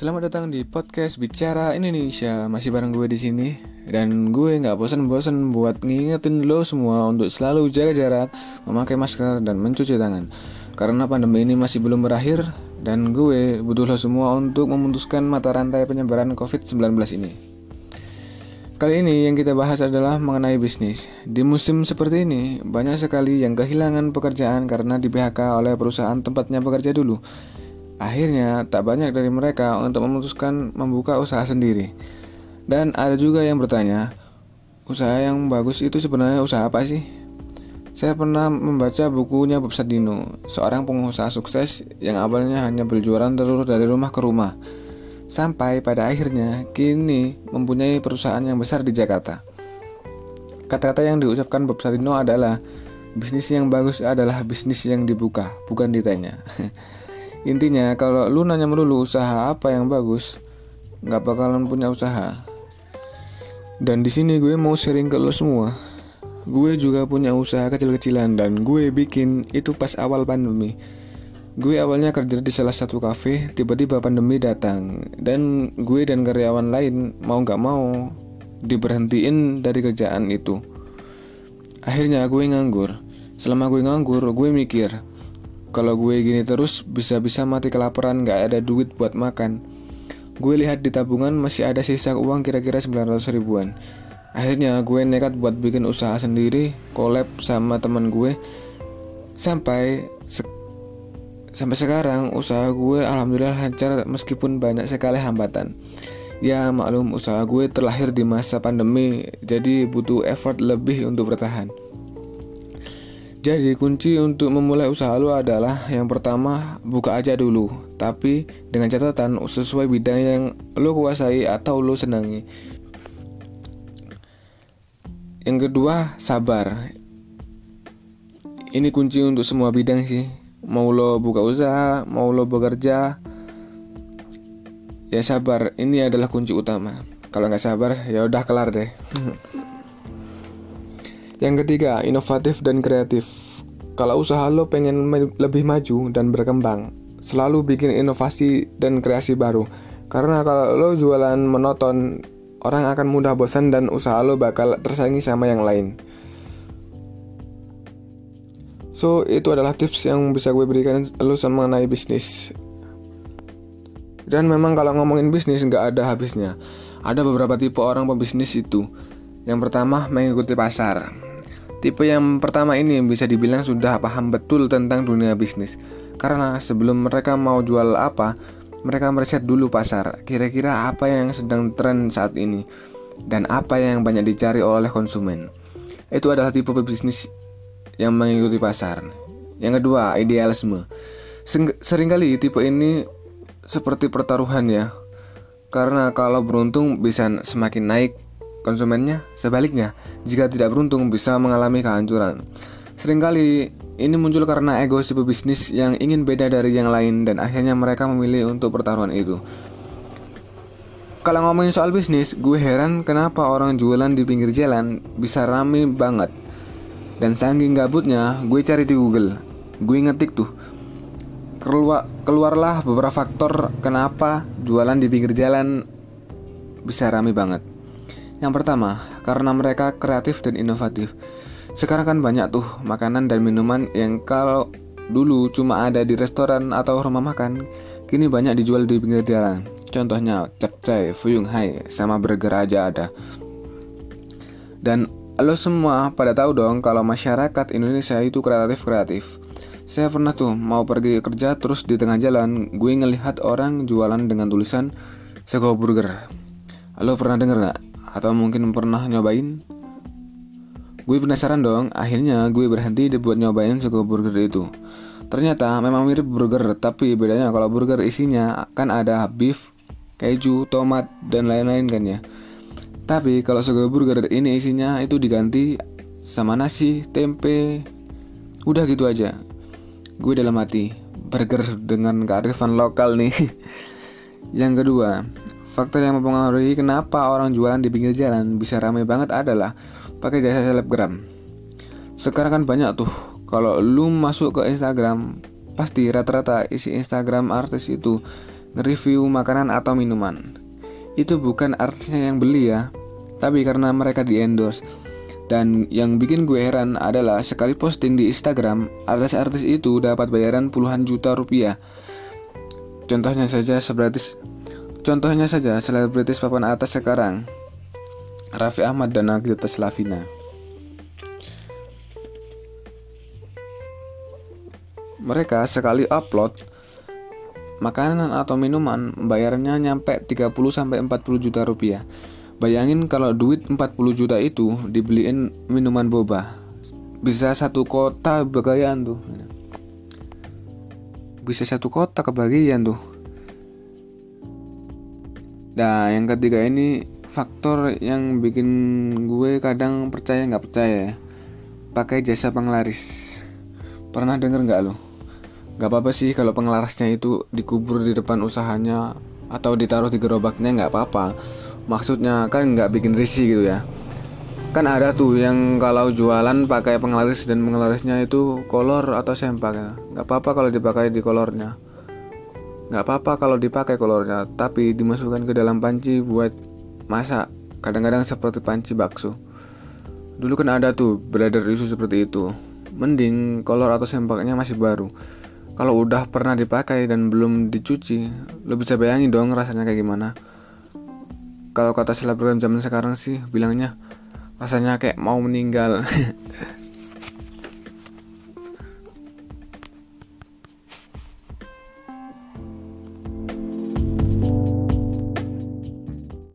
Selamat datang di podcast Bicara Indonesia. Masih bareng gue di sini dan gue nggak bosan-bosan buat ngingetin lo semua untuk selalu jaga jarak, memakai masker dan mencuci tangan. Karena pandemi ini masih belum berakhir dan gue butuh lo semua untuk memutuskan mata rantai penyebaran COVID-19 ini. Kali ini yang kita bahas adalah mengenai bisnis. Di musim seperti ini, banyak sekali yang kehilangan pekerjaan karena di PHK oleh perusahaan tempatnya bekerja dulu. Akhirnya, tak banyak dari mereka untuk memutuskan membuka usaha sendiri. Dan ada juga yang bertanya, usaha yang bagus itu sebenarnya usaha apa sih? Saya pernah membaca bukunya Bob Sadino, seorang pengusaha sukses yang awalnya hanya berjualan telur dari rumah ke rumah. Sampai pada akhirnya, kini mempunyai perusahaan yang besar di Jakarta. Kata-kata yang diucapkan Bob Sadino adalah, bisnis yang bagus adalah bisnis yang dibuka, bukan ditanya. Intinya, kalau lu nanya melulu usaha apa yang bagus, nggak bakalan punya usaha. Dan di sini gue mau sharing ke lu semua. Gue juga punya usaha kecil-kecilan dan gue bikin itu pas awal pandemi. Gue awalnya kerja di salah satu kafe, tiba-tiba pandemi datang dan gue dan karyawan lain mau nggak mau diberhentiin dari kerjaan itu. Akhirnya gue nganggur. Selama gue nganggur, gue mikir, kalau gue gini terus bisa-bisa mati kelaparan, gak ada duit buat makan. Gue lihat di tabungan masih ada sisa uang kira-kira 900 ribuan. Akhirnya gue nekat buat bikin usaha sendiri, collab sama teman gue. Sampai sekarang usaha gue alhamdulillah lancar meskipun banyak sekali hambatan. Ya maklum, usaha gue terlahir di masa pandemi, jadi butuh effort lebih untuk bertahan. Jadi kunci untuk memulai usaha lo adalah yang pertama, buka aja dulu, tapi dengan catatan sesuai bidang yang lo kuasai atau lo senangi. Yang kedua, sabar. Ini kunci untuk semua bidang sih. Mau lo buka usaha, mau lo bekerja, ya sabar. Ini adalah kunci utama. Kalau nggak sabar, ya udah kelar deh. Yang ketiga, inovatif dan kreatif. Kalau usaha lo pengen lebih maju dan berkembang, selalu bikin inovasi dan kreasi baru. Karena kalau lo jualan monoton, orang akan mudah bosan dan usaha lo bakal tersaingi sama yang lain. So, itu adalah tips yang bisa gue berikan lo mengenai bisnis. Dan memang kalau ngomongin bisnis nggak ada habisnya. Ada beberapa tipe orang pebisnis itu. Yang pertama, mengikuti pasar. Tipe yang pertama ini bisa dibilang sudah paham betul tentang dunia bisnis. Karena sebelum mereka mau jual apa, mereka meriset dulu pasar. Kira-kira apa yang sedang tren saat ini dan apa yang banyak dicari oleh konsumen. Itu adalah tipe pebisnis yang mengikuti pasar. Yang kedua, idealisme. Seringkali tipe ini seperti pertaruhan ya. Karena kalau beruntung bisa semakin naik konsumennya, sebaliknya jika tidak beruntung bisa mengalami kehancuran. Seringkali ini muncul karena ego si pebisnis yang ingin beda dari yang lain dan akhirnya mereka memilih untuk pertaruhan itu. Kalau ngomongin soal bisnis, gue heran kenapa orang jualan di pinggir jalan bisa rame banget. Dan saking gabutnya, gue cari di Google. Gue ngetik tuh, keluarlah beberapa faktor kenapa jualan di pinggir jalan bisa rame banget. Yang pertama, karena mereka kreatif dan inovatif. Sekarang kan banyak tuh makanan dan minuman yang kalau dulu cuma ada di restoran atau rumah makan, kini banyak dijual di pinggir jalan. Contohnya capcay, fuyung hai, sama burger aja ada. Dan lo semua pada tahu dong kalau masyarakat Indonesia itu kreatif. Saya pernah tuh mau pergi kerja terus di tengah jalan gue ngelihat orang jualan dengan tulisan Sego Burger. Lo pernah denger gak? Atau mungkin pernah nyobain? Gue penasaran dong, akhirnya gue berhenti buat nyobain Sego Burger itu. Ternyata memang mirip burger, tapi bedanya kalau burger isinya kan ada beef, keju, tomat, dan lain-lain kan ya. Tapi kalau Sego Burger ini isinya itu diganti sama nasi, tempe, udah gitu aja. Gue dalam hati, burger dengan kearifan lokal nih. Yang kedua, faktor yang mempengaruhi kenapa orang jualan di pinggir jalan bisa ramai banget adalah pakai jasa selebgram. Sekarang kan banyak tuh, kalau lu masuk ke Instagram, pasti rata-rata isi Instagram artis itu nge-review makanan atau minuman. Itu bukan artisnya yang beli ya, tapi karena mereka di-endorse. Dan yang bikin gue heran adalah sekali posting di Instagram, artis-artis itu dapat bayaran puluhan juta rupiah. Contohnya saja selebritis papan atas sekarang, Raffi Ahmad dan Nagita Slavina. Mereka sekali upload makanan atau minuman bayarannya nyampe 30-40 juta rupiah. Bayangin kalau duit 40 juta itu dibeliin minuman boba, bisa satu kota kebagian tuh. Bisa satu kota kebagian tuh. Nah, yang ketiga ini faktor yang bikin gue kadang percaya nggak percaya. Pakai jasa penglaris. Pernah denger nggak lo? Gak apa-apa sih kalau penglarisnya itu dikubur di depan usahanya atau ditaruh di gerobaknya, nggak apa-apa. Maksudnya kan nggak bikin risih gitu ya. Kan ada tuh yang kalau jualan pakai penglaris dan penglarisnya itu kolor atau sempak ya. Nggak apa-apa kalau dipakai di kolornya. Nggak apa-apa kalau dipakai kolornya, tapi dimasukkan ke dalam panci buat masak. Kadang-kadang seperti panci bakso. Dulu kan ada tuh beredar isu seperti itu. Mending kolor atau sempaknya masih baru. Kalau udah pernah dipakai dan belum dicuci, lo bisa bayangin dong rasanya kayak gimana. Kalau kata selebgram zaman sekarang sih bilangnya rasanya kayak mau meninggal.